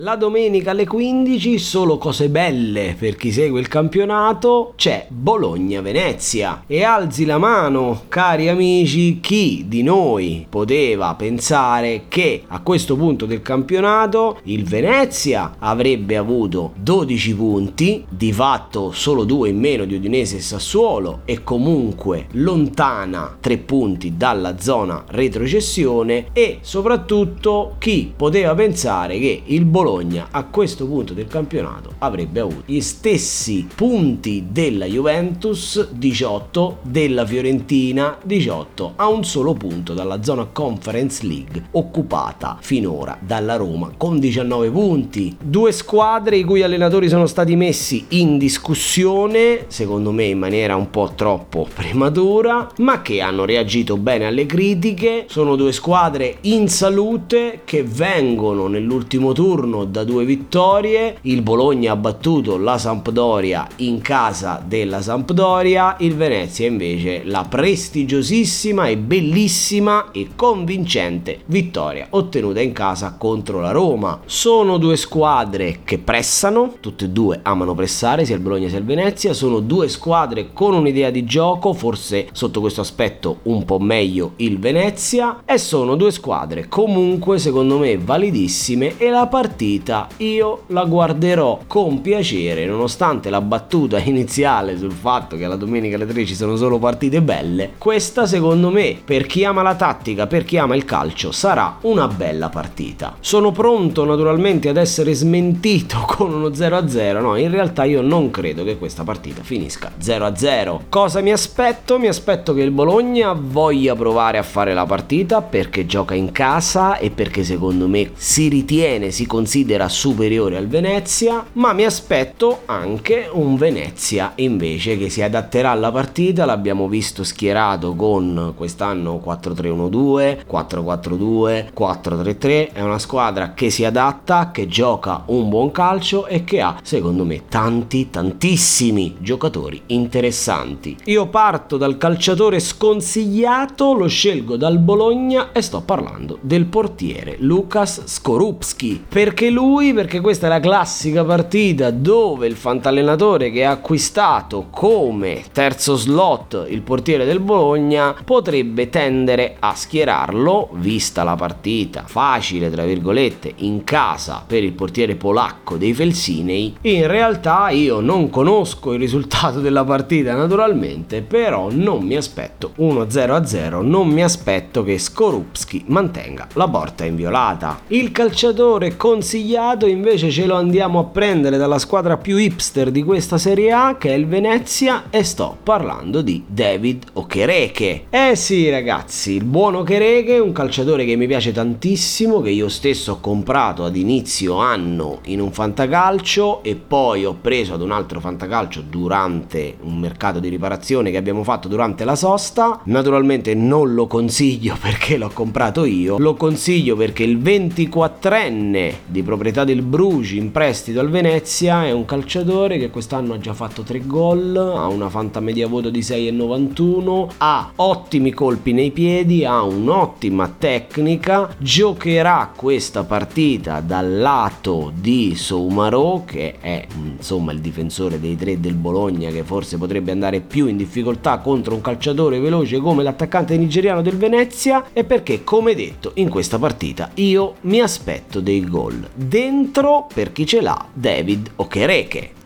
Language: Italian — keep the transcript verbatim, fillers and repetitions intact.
La domenica alle quindici, solo cose belle per chi segue il campionato, c'è Bologna-Venezia. E alzi la mano, cari amici, chi di noi poteva pensare che a questo punto del campionato il Venezia avrebbe avuto dodici punti, di fatto solo due in meno di Udinese e Sassuolo, e comunque lontana tre punti dalla zona retrocessione, e soprattutto chi poteva pensare che il Bologna a questo punto del campionato avrebbe avuto gli stessi punti della Juventus, diciotto, della Fiorentina, diciotto, a un solo punto dalla zona Conference League occupata finora dalla Roma con diciannove punti. Due squadre i cui allenatori sono stati messi in discussione, secondo me in maniera un po' troppo prematura, ma che hanno reagito bene alle critiche. Sono due squadre in salute che vengono nell'ultimo turno da due vittorie. Il Bologna ha battuto la Sampdoria in casa della Sampdoria, il Venezia invece la prestigiosissima e bellissima e convincente vittoria ottenuta in casa contro la Roma. Sono due squadre che pressano, tutte e due amano pressare, sia il Bologna sia il Venezia. Sono due squadre con un'idea di gioco, forse sotto questo aspetto un po' meglio il Venezia, e sono due squadre comunque secondo me validissime, e la partita io la guarderò con piacere, nonostante la battuta iniziale sul fatto che la domenica alle tre ci sono solo partite belle. Questa secondo me, per chi ama la tattica, per chi ama il calcio, sarà una bella partita. Sono pronto naturalmente ad essere smentito con uno zero a zero, no, in realtà io non credo che questa partita finisca zero a zero. Cosa mi aspetto? Mi aspetto che il Bologna voglia provare a fare la partita perché gioca in casa e perché secondo me si ritiene, si considera superiore al Venezia, ma mi aspetto anche un Venezia invece che si adatterà alla partita. L'abbiamo visto schierato con quest'anno quattro tre uno due, quattro quattro due, quattro tre tre. È una squadra che si adatta, che gioca un buon calcio e che ha secondo me tanti tantissimi giocatori interessanti. Io parto dal calciatore sconsigliato, lo scelgo dal Bologna e sto parlando del portiere Łukasz Skorupski. Perché lui? Perché questa è la classica partita dove il fantallenatore che ha acquistato come terzo slot il portiere del Bologna potrebbe tendere a schierarlo, vista la partita facile tra virgolette in casa per il portiere polacco dei Felsinei. In realtà io non conosco il risultato della partita naturalmente, però non mi aspetto uno zero a zero, non mi aspetto che Skorupski mantenga la porta inviolata. Il calciatore consigliato invece ce lo andiamo a prendere dalla squadra più hipster di questa Serie A, che è il Venezia, e sto parlando di David Okereke. Eh sì ragazzi, il buon Okereke, un calciatore che mi piace tantissimo, che io stesso ho comprato ad inizio anno in un fantacalcio e poi ho preso ad un altro fantacalcio durante un mercato di riparazione che abbiamo fatto durante la sosta. Naturalmente non lo consiglio perché l'ho comprato io, lo consiglio perché il ventiquattrenne di proprietà del Bruges in prestito al Venezia è un calciatore che quest'anno ha già fatto tre gol, ha una fanta media voto di sei virgola novantuno, ha ottimi colpi nei piedi, ha un'ottima tecnica, giocherà questa partita dal lato di Soumarò, che è insomma il difensore dei tre del Bologna, che forse potrebbe andare più in difficoltà contro un calciatore veloce come l'attaccante nigeriano del Venezia, e perché come detto in questa partita io mi aspetto dei gol. Dentro, per chi ce l'ha, David Okereke.